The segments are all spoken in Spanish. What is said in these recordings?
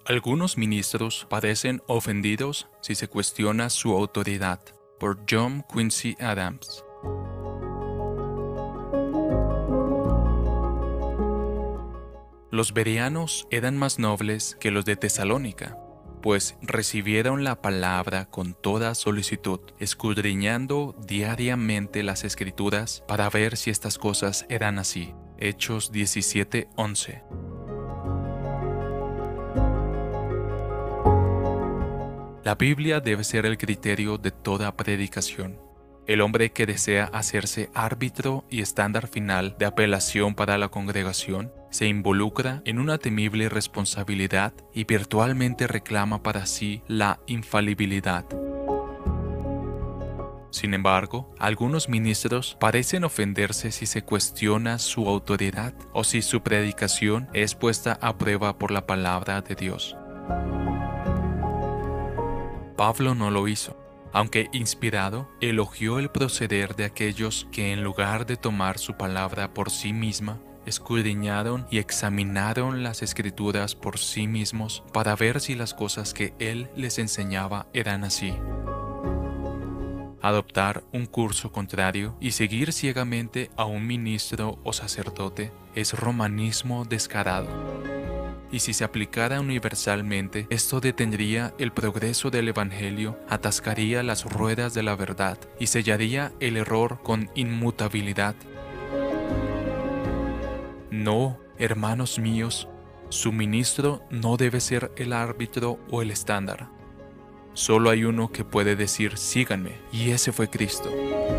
Algunos ministros parecen ofendidos si se cuestiona su autoridad. Por John Quincy Adams. Los bereanos eran más nobles que los de Tesalónica, pues recibieron la palabra con toda solicitud, escudriñando diariamente las Escrituras para ver si estas cosas eran así. Hechos 17:11. La Biblia debe ser el criterio de toda predicación. El hombre que desea hacerse árbitro y estándar final de apelación para la congregación se involucra en una temible responsabilidad y virtualmente reclama para sí la infalibilidad. Sin embargo, algunos ministros parecen ofenderse si se cuestiona su autoridad o si su predicación es puesta a prueba por la palabra de Dios. Pablo no lo hizo, aunque inspirado, elogió el proceder de aquellos que en lugar de tomar su palabra por sí misma, escudriñaron y examinaron las Escrituras por sí mismos para ver si las cosas que él les enseñaba eran así. Adoptar un curso contrario y seguir ciegamente a un ministro o sacerdote es romanismo descarado. Y si se aplicara universalmente, esto detendría el progreso del Evangelio, atascaría las ruedas de la verdad y sellaría el error con inmutabilidad. No, hermanos míos, su ministro no debe ser el árbitro o el estándar. Solo hay uno que puede decir síganme, y ese fue Cristo.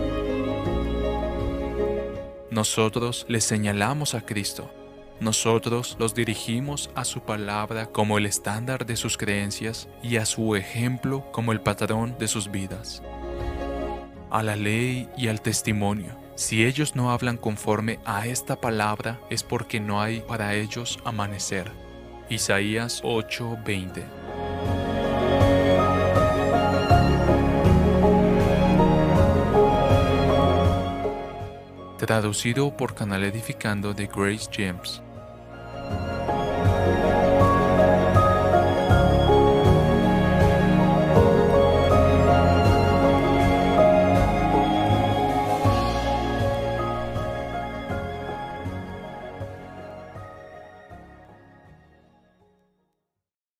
Nosotros les señalamos a Cristo. Nosotros los dirigimos a su palabra como el estándar de sus creencias y a su ejemplo como el patrón de sus vidas. A la ley y al testimonio. Si ellos no hablan conforme a esta palabra es porque no hay para ellos amanecer. Isaías 8:20. Traducido por Canal Edificando de Grace James.